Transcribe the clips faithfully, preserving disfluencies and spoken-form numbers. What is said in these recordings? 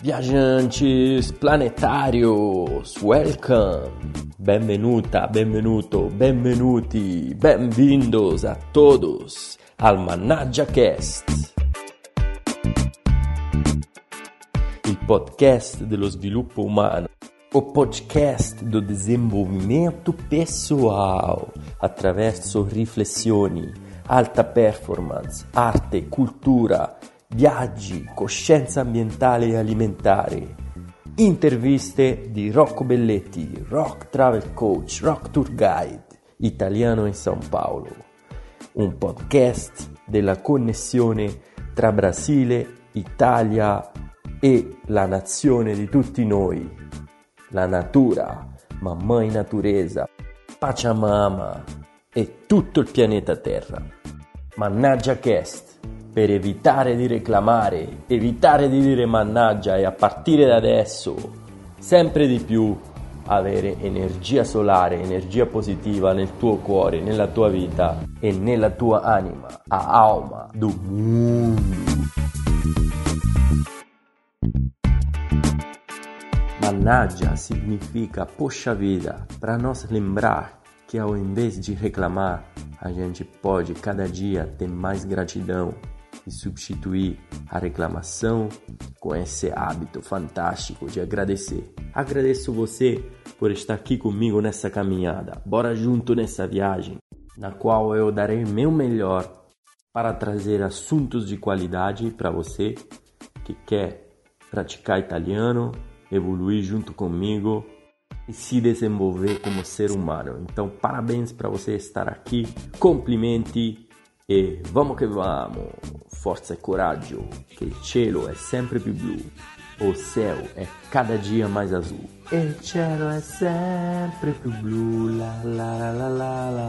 Viajantes planetários, welcome! Benvenuta, benvenuto, benvenuti, bem-vindos a todos al Mannaggia Cast, il podcast dello sviluppo umano, o podcast do desenvolvimento pessoal attraverso riflessioni, alta performance, arte, cultura, viaggi, coscienza ambientale e alimentare, interviste di Rocco Belletti, Rock Travel Coach, Rock Tour Guide, italiano in São Paulo. Un podcast della connessione tra Brasile, Italia e la nazione di tutti noi, la natura, mamma natureza, Pachamama e tutto il pianeta Terra. Mannaggia Cast. Per evitare di reclamare, evitare di dire mannaggia e a partire da adesso sempre di più avere energia solare, energia positiva nel tuo cuore, nella tua vita e nella tua anima, a alma do mundo. Mannaggia significa poxa vida, para nós lembrar que ao invés de reclamar, a gente pode cada dia ter mais gratidão e substituir a reclamação com esse hábito fantástico de agradecer. Agradeço você por estar aqui comigo nessa caminhada. Bora junto nessa viagem, na qual eu darei meu melhor para trazer assuntos de qualidade para você que quer praticar italiano, evoluir junto comigo e se desenvolver como ser humano. Então, parabéns para você estar aqui, complimenti e vamos che vamos, forza e coraggio, che il cielo è sempre più blu, o céu è cada dia mais azul. Il cielo è sempre più blu, la la la la la la.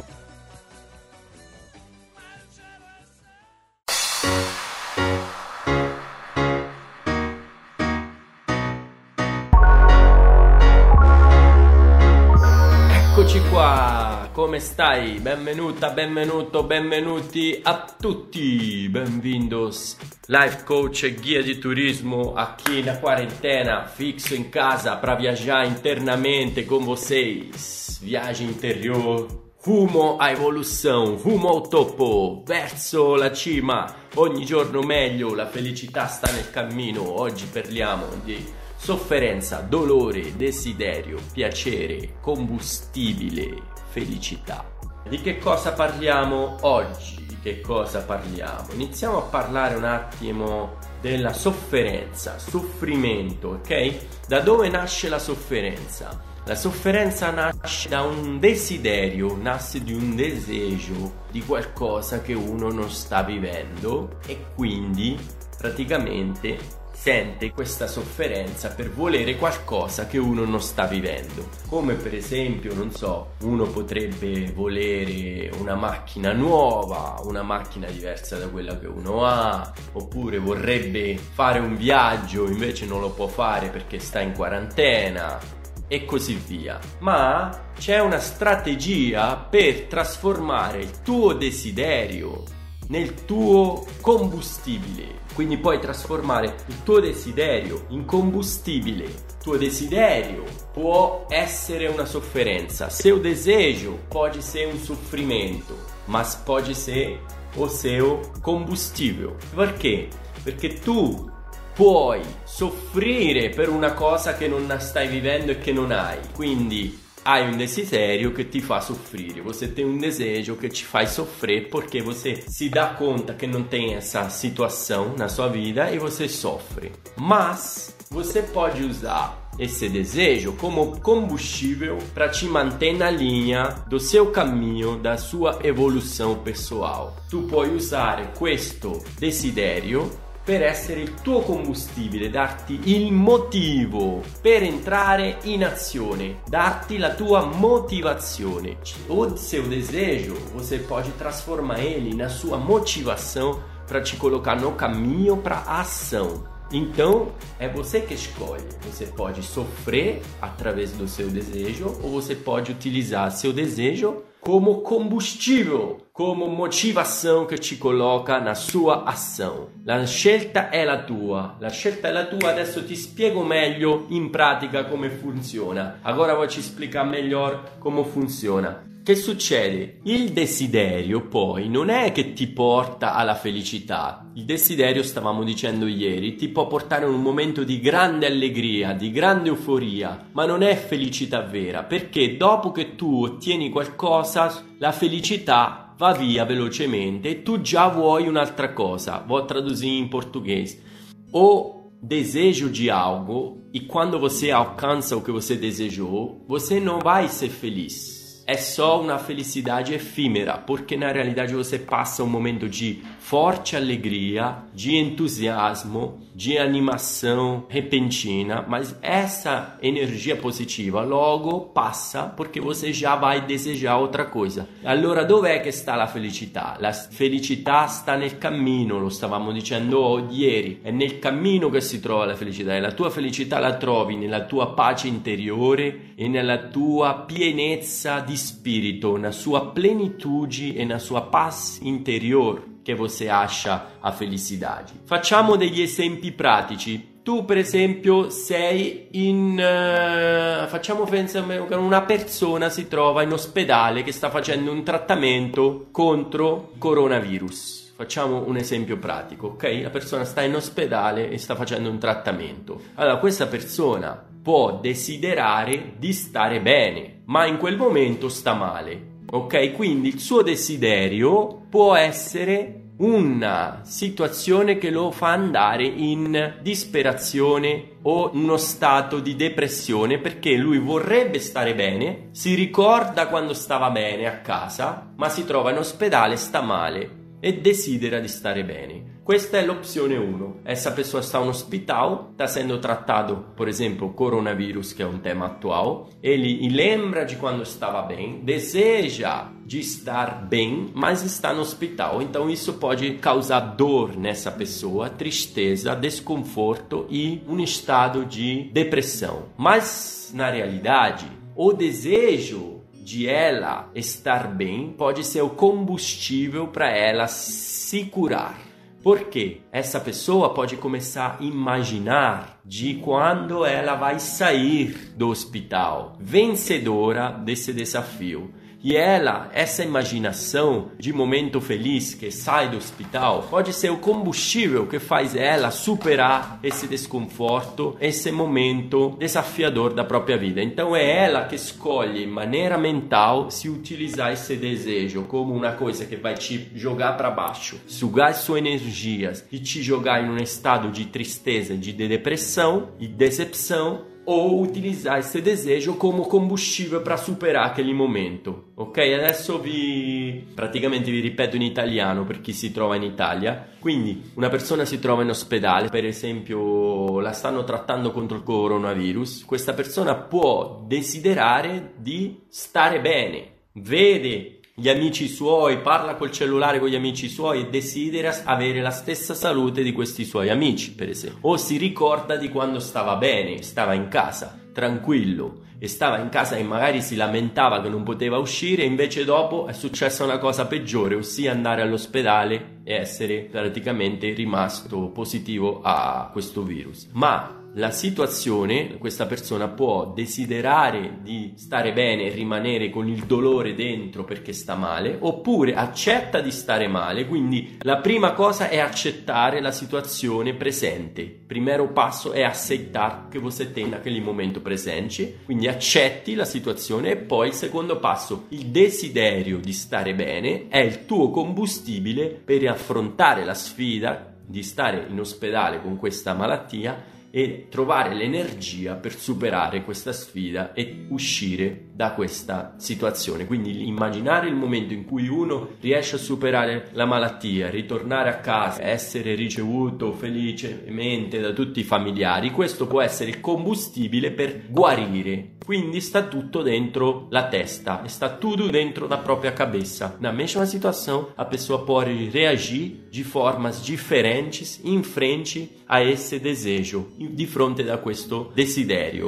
Eccoci qua, come stai? Benvenuta, benvenuto, benvenuti a tutti, benvindos, life coach e guia de turismo aqui na quarentena, fixo em casa para viajar internamente com vocês, viagem interior, rumo à evolução, rumo ao topo, verso la cima, ogni giorno meglio, la felicità sta nel cammino. Oggi parliamo di sofferenza, dolore, desiderio, piacere, combustibile, felicità. Di che cosa parliamo oggi? Di che cosa parliamo? Iniziamo a parlare un attimo della sofferenza, soffrimento, ok? Da dove nasce la sofferenza? La sofferenza nasce da un desiderio, nasce di un desejo di qualcosa che uno non sta vivendo e quindi praticamente sente questa sofferenza per volere qualcosa che uno non sta vivendo. Come per esempio, non so, uno potrebbe volere una macchina nuova, una macchina diversa da quella che uno ha, oppure vorrebbe fare un viaggio, invece non lo può fare perché sta in quarantena e così via. Ma c'è una strategia per trasformare il tuo desiderio nel tuo combustibile. Quindi puoi trasformare il tuo desiderio in combustibile. Il tuo desiderio può essere una sofferenza, seu desejo pode ser um sofrimento, mas pode ser o seu combustível. Perché? Perché tu puoi soffrire per una cosa che non stai vivendo e che non hai. Quindi hai un desiderio che ti fa soffrire, você tem um desejo que te faz sofrer porque você se dá conta que não tem essa situação na sua vida e você sofre. Mas você pode usar esse desejo como combustível para te manter na linha do seu caminho, da sua evolução pessoal. Tu puoi usare questo desiderio per essere il tuo combustibile, darti il motivo per entrare in azione, darti la tua motivazione. O seu desejo, você pode transformar ele na sua motivação para te colocar no caminho para a ação. Então, é você que escolhe. Você pode sofrer através do seu desejo ou você pode utilizar seu desejo como combustível como motivação que te coloca na sua ação. La scelta è la tua, la scelta è la tua, adesso ti spiego meglio in pratica come funziona. Agora vou te explicar melhor come funziona. Che succede? Il desiderio poi non è che ti porta alla felicità. Il desiderio, stavamo dicendo ieri, ti può portare a un momento di grande allegria, di grande euforia, ma non è felicità vera, perché dopo che tu ottieni qualcosa, la felicità va via velocemente e tu già vuoi un'altra cosa. Vou traduzir em português. O desejo de algo, e quando você alcança o que você desejou, você não vai ser feliz. É só uma felicidade efímera, porque na realidade você passa um momento de forte alegria, de entusiasmo, de animação repentina, mas essa energia positiva logo passa porque você já vai desejar outra coisa. Allora dov'è che sta la felicità? La felicità sta nel cammino, lo stavamo dicendo ieri, è nel cammino che si trova la felicità e la tua felicità la trovi nella tua pace interiore e nella tua pienezza di spirito, na sua plenitude e na sua paz interior che você acha a felicidade. Facciamo degli esempi pratici. Tu per esempio sei in... Uh, facciamo pensare che una persona si trova in ospedale che sta facendo un trattamento contro coronavirus. Facciamo un esempio pratico, ok? La persona sta in ospedale e sta facendo un trattamento. Allora questa persona può desiderare di stare bene, ma in quel momento sta male. Ok, quindi il suo desiderio può essere una situazione che lo fa andare in disperazione o uno stato di depressione perché lui vorrebbe stare bene, si ricorda quando stava bene a casa, ma si trova in ospedale, sta male e desidera di stare bene. Questa è l'opzione uno. Essa pessoa está no hospital, está sendo tratado, por exemplo, coronavírus, que é um tema atual. Ele lembra de quando estava bem, deseja de estar bem, mas está no hospital. Então isso pode causar dor nessa pessoa, tristeza, desconforto e um estado de depressão. Mas, na realidade, o desejo de ela estar bem pode ser o combustível para ela se curar. Porque essa pessoa pode começar a imaginar de quando ela vai sair do hospital, vencedora desse desafio. E ela, essa imaginação de momento feliz que sai do hospital, pode ser o combustível que faz ela superar esse desconforto, esse momento desafiador da própria vida. Então é ela que escolhe, de maneira mental, se utilizar esse desejo como uma coisa que vai te jogar para baixo, sugar suas energias e te jogar em um estado de tristeza, de depressão e decepção, ou utilizzare esse desejo come combustível para superare aquele momento. Ok, adesso vi praticamente vi ripeto in italiano per chi si trova in Italia. Quindi una persona si trova in ospedale, per esempio la stanno trattando contro il coronavirus. Questa persona può desiderare di stare bene, vede gli amici suoi, parla col cellulare con gli amici suoi e desidera avere la stessa salute di questi suoi amici, per esempio. O si ricorda di quando stava bene, stava in casa, tranquillo, e stava in casa e magari si lamentava che non poteva uscire, e invece dopo è successa una cosa peggiore, ossia andare all'ospedale e essere praticamente rimasto positivo a questo virus. Ma la situazione, questa persona può desiderare di stare bene e rimanere con il dolore dentro perché sta male, oppure accetta di stare male. Quindi la prima cosa è accettare la situazione presente. Il primo passo è accettare che você tem naquele momento presente, quindi accetti la situazione. E poi il secondo passo, il desiderio di stare bene, è il tuo combustibile per affrontare la sfida di stare in ospedale con questa malattia e trovare l'energia per superare questa sfida e uscire da questa situazione. Quindi immaginare il momento in cui uno riesce a superare la malattia, ritornare a casa, essere ricevuto felicemente da tutti i familiari, questo può essere il combustibile per guarire. Quindi sta tutto dentro la testa, está tudo dentro da própria cabeça. Na mesma situação, a pessoa pode reagir de formas diferentes em frente a esse desejo, di fronte a questo desiderio.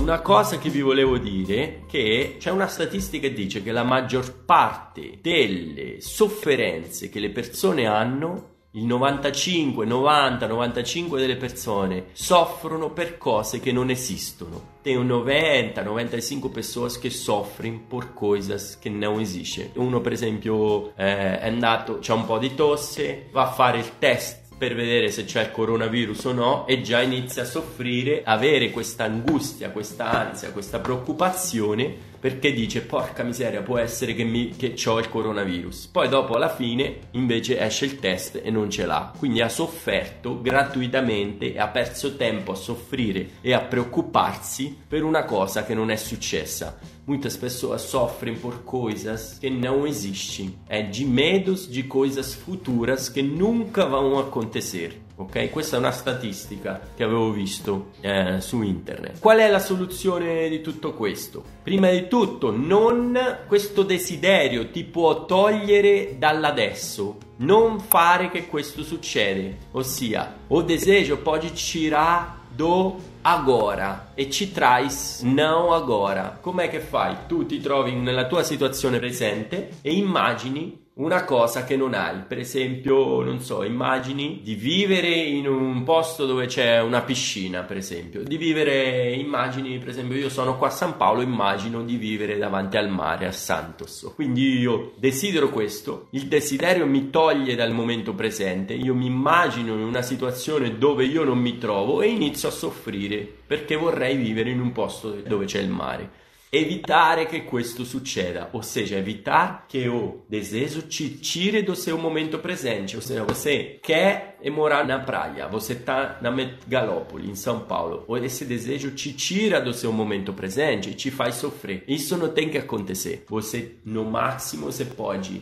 una cosa che vi volevo dire, che c'è una statistica che dice che la maggior parte delle sofferenze che le persone hanno, il novantacinque, novanta, novantacinque delle persone soffrono per cose che non esistono. Tem noventa, novantacinque persone che soffrono per cose che non esistono. Uno per esempio eh, è andato, c'ha un po' di tosse, va a fare il test per vedere se c'è il coronavirus o no e già inizia a soffrire, avere questa angustia, questa ansia, questa preoccupazione, perché dice porca miseria, può essere che, mi, che ho il coronavirus. Poi dopo alla fine invece esce il test e non ce l'ha, quindi ha sofferto gratuitamente e ha perso tempo a soffrire e a preoccuparsi per una cosa che non è successa. Muitas pessoas sofrem por coisas que não existem, é de medos de coisas futuras che nunca vão acontecer. Ok? Questa è una statistica che avevo visto eh, su internet. Qual è la soluzione di tutto questo? Prima di tutto, non questo desiderio ti può togliere dall'adesso. Non fare che questo succede, ossia, o desejo pode tirar do agora e ci trais não agora. Com'è che fai? Tu ti trovi nella tua situazione presente e immagini una cosa che non hai. Per esempio, non so, immagini di vivere in un posto dove c'è una piscina, per esempio. Di vivere, immagini, per esempio, io sono qua a San Paolo, immagino di vivere davanti al mare, a Santos. Quindi io desidero questo, il desiderio mi toglie dal momento presente, io mi immagino in una situazione dove io non mi trovo e inizio a soffrire perché vorrei vivere in un posto dove c'è il mare. Evitare que questo suceda, ou seja, evitar que o desejo te tire do seu momento presente, ou seja, você quer morar na praia, você está na megalópole, em São Paulo, ou esse desejo te tira do seu momento presente e te faz sofrer. Isso não tem que acontecer. Você, no máximo, você pode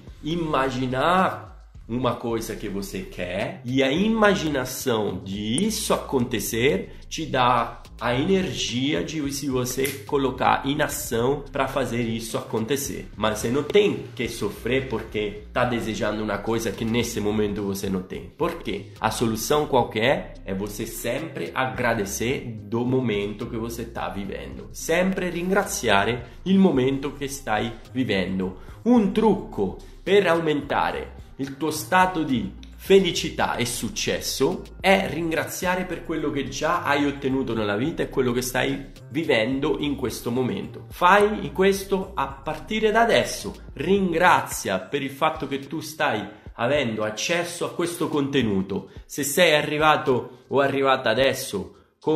imaginar uma coisa que você quer e a imaginação de isso acontecer te dá a energia de se você colocar em ação para fazer isso acontecer. Mas você não tem que sofrer porque está desejando uma coisa que nesse momento você não tem. Por quê? A solução qualquer é você sempre agradecer do momento que você está vivendo. Sempre ringraziare il momento che stai vivendo. Un trucco per aumentare il tuo stato di felicità e successo è ringraziare per quello che già hai ottenuto nella vita e quello che stai vivendo in questo momento. Fai questo a partire da adesso. Ringrazia per il fatto che tu stai avendo accesso a questo contenuto. Se sei arrivato o arrivata adesso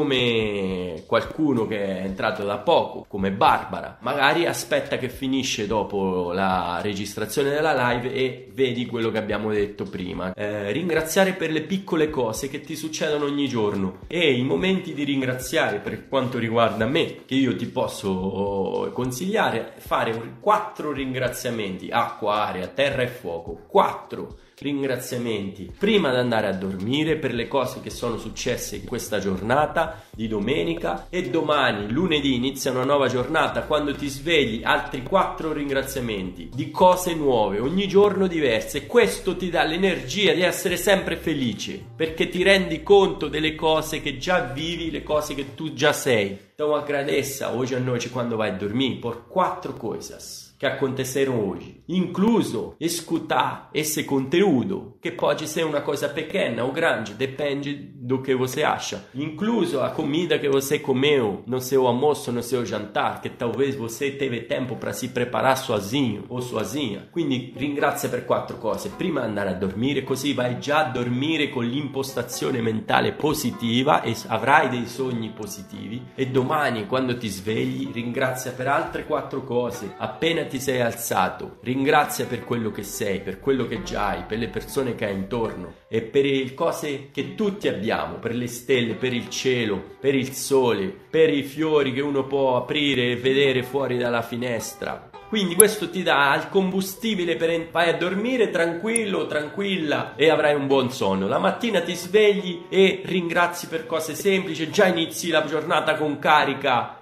come qualcuno che è entrato da poco, come Barbara, magari aspetta che finisce dopo la registrazione della live e vedi quello che abbiamo detto prima. Eh, ringraziare per le piccole cose che ti succedono ogni giorno e i momenti di ringraziare, per quanto riguarda me, che io ti posso consigliare, fare quattro ringraziamenti: acqua, aria, terra e fuoco. Quattro ringraziamenti prima di andare a dormire per le cose che sono successe in questa giornata di domenica, e domani lunedì inizia una nuova giornata. Quando ti svegli, altri quattro ringraziamenti di cose nuove ogni giorno diverse. Questo ti dà l'energia di essere sempre felice perché ti rendi conto delle cose che già vivi, le cose che tu già sei. Então agradeça hoje à noite quando vai dormir por quatro coisas que aconteceram hoje, incluso escutar esse conteúdo, que pode ser uma coisa pequena ou grande, depende do que você acha, incluso a comida que você comeu no seu almoço, no seu jantar, que talvez você teve tempo para se preparar sozinho ou sozinha. Quindi ringrazia per quattro cose prima di andare a dormire, così vai già a dormire con l'impostazione mentale positiva e avrai dei sogni positivi, e domani quando ti svegli ringrazia per altre quattro cose. Appena ti sei alzato, ringrazia per quello che sei, per quello che già hai, per le persone che hai intorno e per le cose che tutti abbiamo, per le stelle, per il cielo, per il sole, per i fiori che uno può aprire e vedere fuori dalla finestra. Quindi questo ti dà il combustibile per vai a dormire tranquillo, tranquilla, e avrai un buon sonno. La mattina ti svegli e ringrazi per cose semplici, già inizi la giornata con carica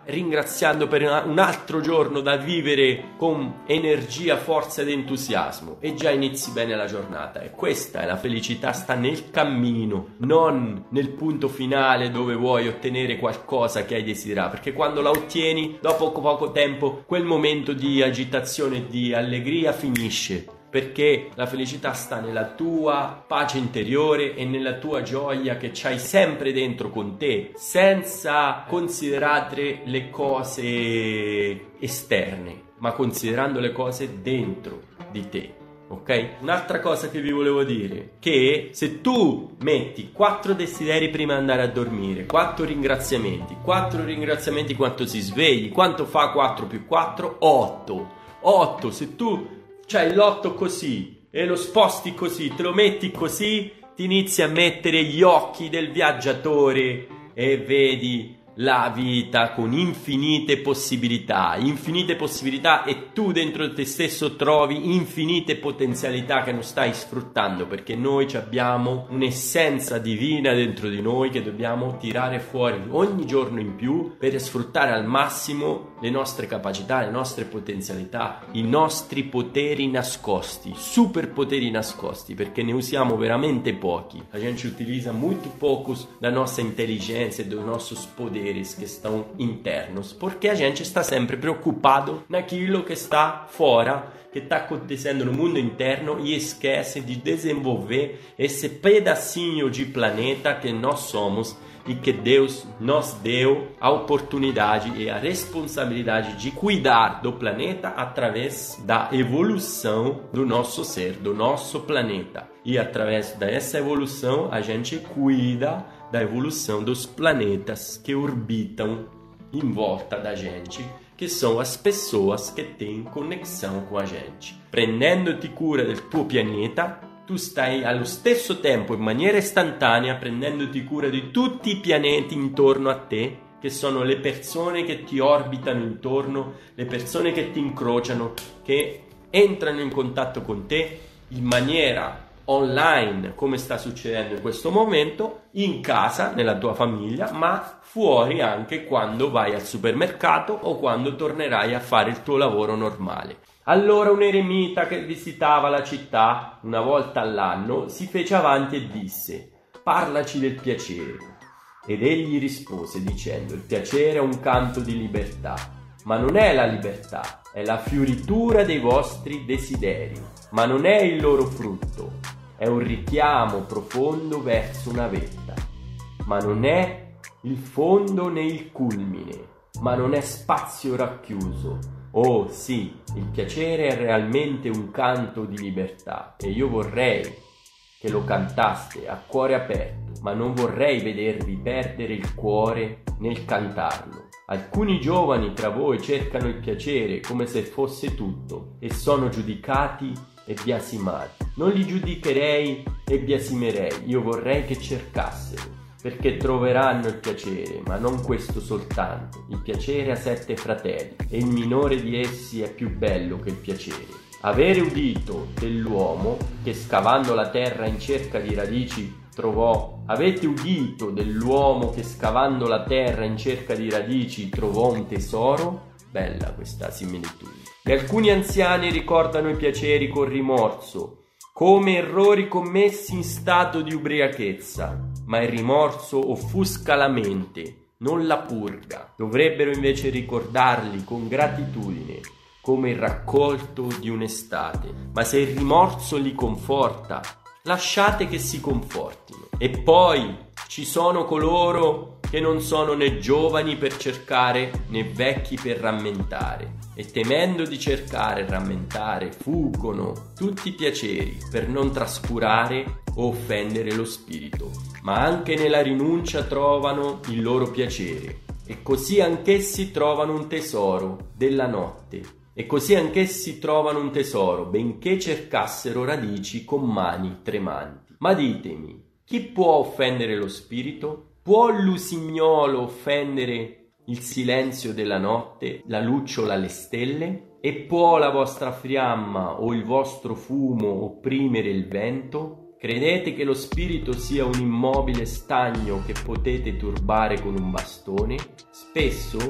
ringraziando per un altro giorno da vivere con energia, forza ed entusiasmo, e già inizi bene la giornata. E questa è la felicità, sta nel cammino, non nel punto finale dove vuoi ottenere qualcosa che hai desiderato, perché quando la ottieni, dopo poco tempo, quel momento di agitazione e di allegria finisce, perché la felicità sta nella tua pace interiore e nella tua gioia che c'hai sempre dentro con te, senza considerare le cose esterne, ma considerando le cose dentro di te. Ok? Un'altra cosa che vi volevo dire, che se tu metti quattro desideri prima di andare a dormire, quattro ringraziamenti, quattro ringraziamenti quanto si svegli, quanto fa quattro più quattro? otto. otto, se tu c'hai l'otto così e lo sposti così, te lo metti così, ti inizi a mettere gli occhi del viaggiatore e vedi la vita con infinite possibilità, infinite possibilità, e tu dentro te stesso trovi infinite potenzialità che non stai sfruttando, perché noi abbiamo un'essenza divina dentro di noi che dobbiamo tirare fuori ogni giorno in più per sfruttare al massimo le nostre capacità, le nostre potenzialità, i nostri poteri nascosti, superpoteri nascosti, perché ne usiamo veramente pochi. La gente utilizza molto poco la nostra intelligenza e i nostri poderi que estão internos, porque a gente está sempre preocupado naquilo que está fora, que está acontecendo no mundo interno, e esquece de desenvolver esse pedacinho de planeta que nós somos e que Deus nos deu a oportunidade e a responsabilidade de cuidar do planeta através da evolução do nosso ser, do nosso planeta. E através dessa evolução a gente cuida da evolução dos planetas que orbitam em volta da gente, che sono as pessoas che têm conexão com a gente. Prendendoti cura del tuo pianeta, tu stai allo stesso tempo, in maniera istantanea, prendendoti cura di tutti i pianeti intorno a te, che sono le persone che ti orbitano intorno, le persone che ti incrociano, che entrano in contatto con te in maniera online, come sta succedendo in questo momento, in casa, nella tua famiglia, ma fuori anche quando vai al supermercato o quando tornerai a fare il tuo lavoro normale. Allora un eremita che visitava la città una volta all'anno si fece avanti e disse: parlaci del piacere. Ed egli rispose dicendo: il piacere è un canto di libertà, ma non è la libertà, è la fioritura dei vostri desideri, ma non è il loro frutto, è un richiamo profondo verso una vetta, ma non è il fondo né il culmine, ma non è spazio racchiuso. Oh sì, il piacere è realmente un canto di libertà, e io vorrei che lo cantaste a cuore aperto, ma non vorrei vedervi perdere il cuore nel cantarlo. Alcuni giovani tra voi cercano il piacere come se fosse tutto e sono giudicati e biasimati. Non li giudicherei e biasimerei, io vorrei che cercassero, perché troveranno il piacere, ma non questo soltanto. Il piacere ha sette fratelli e il minore di essi è più bello che il piacere. Avere udito dell'uomo che scavando la terra in cerca di radici trovò avete udito dell'uomo che scavando la terra in cerca di radici trovò un tesoro? Bella questa similitudine. E alcuni anziani ricordano i piaceri con rimorso, come errori commessi in stato di ubriachezza, ma il rimorso offusca la mente, non la purga. Dovrebbero invece ricordarli con gratitudine, come il raccolto di un'estate. Ma se il rimorso li conforta, lasciate che si confortino. E poi ci sono coloro che non sono né giovani per cercare né vecchi per rammentare, e temendo di cercare e rammentare fuggono tutti i piaceri per non trascurare o offendere lo spirito, ma anche nella rinuncia trovano il loro piacere, e così anch'essi trovano un tesoro della notte. E così anch'essi trovano un tesoro, benché cercassero radici con mani tremanti. Ma ditemi, chi può offendere lo spirito? Può l'usignolo offendere il silenzio della notte, la lucciola alle stelle? E può la vostra fiamma o il vostro fumo opprimere il vento? Credete che lo spirito sia un immobile stagno che potete turbare con un bastone? Spesso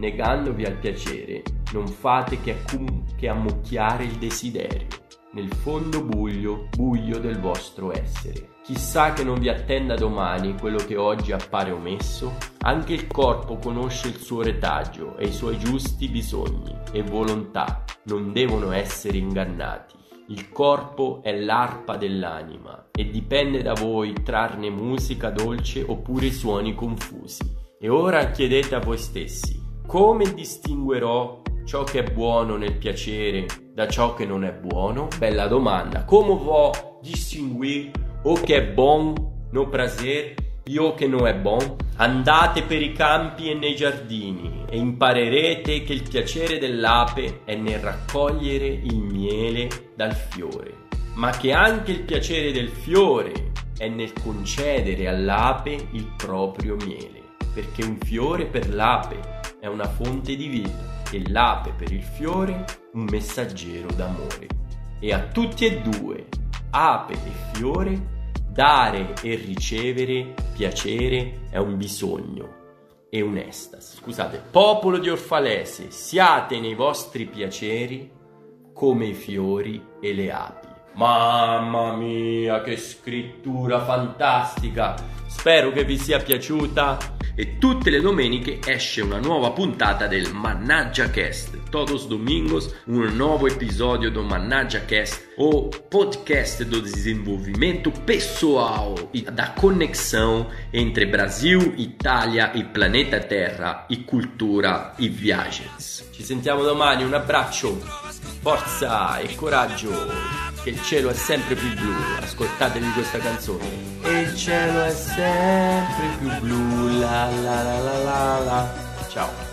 negandovi al piacere, non fate che, accum- che ammucchiare il desiderio nel fondo buio, buio del vostro essere. Chissà che non vi attenda domani quello che oggi appare omesso. Anche il corpo conosce il suo retaggio e i suoi giusti bisogni e volontà non devono essere ingannati. Il corpo è l'arpa dell'anima e dipende da voi trarne musica dolce oppure suoni confusi. E ora chiedete a voi stessi: come distinguerò ciò che è buono nel piacere da ciò che non è buono? Bella domanda. Come vou distinguir o che è bon no prazer e o che non è bon? Andate per i campi e nei giardini e imparerete che il piacere dell'ape è nel raccogliere il miele dal fiore, ma che anche il piacere del fiore è nel concedere all'ape il proprio miele, perché un fiore per l'ape è una fonte di vita e l'ape per il fiore un messaggero d'amore. E a tutti e due, ape e fiore, dare e ricevere piacere è un bisogno e un'estasi. Scusate, popolo di Orfalese, siate nei vostri piaceri come i fiori e le api. Mamma mia, che scrittura fantastica! Spero che vi sia piaciuta. E tutte le domeniche esce una nuova puntata del Mannaggia Cast. Todos domingos um novo episódio do Mannaggia Cast, o podcast do desenvolvimento pessoal e da conexão entre Brasil, Itália e planeta Terra, e cultura e viagens. Ci sentiamo domani, un abbraccio, forza e coraggio, che il cielo è sempre più blu. Ascoltatevi questa canzone. E il cielo è sempre più blu, la la la la la la. Ciao.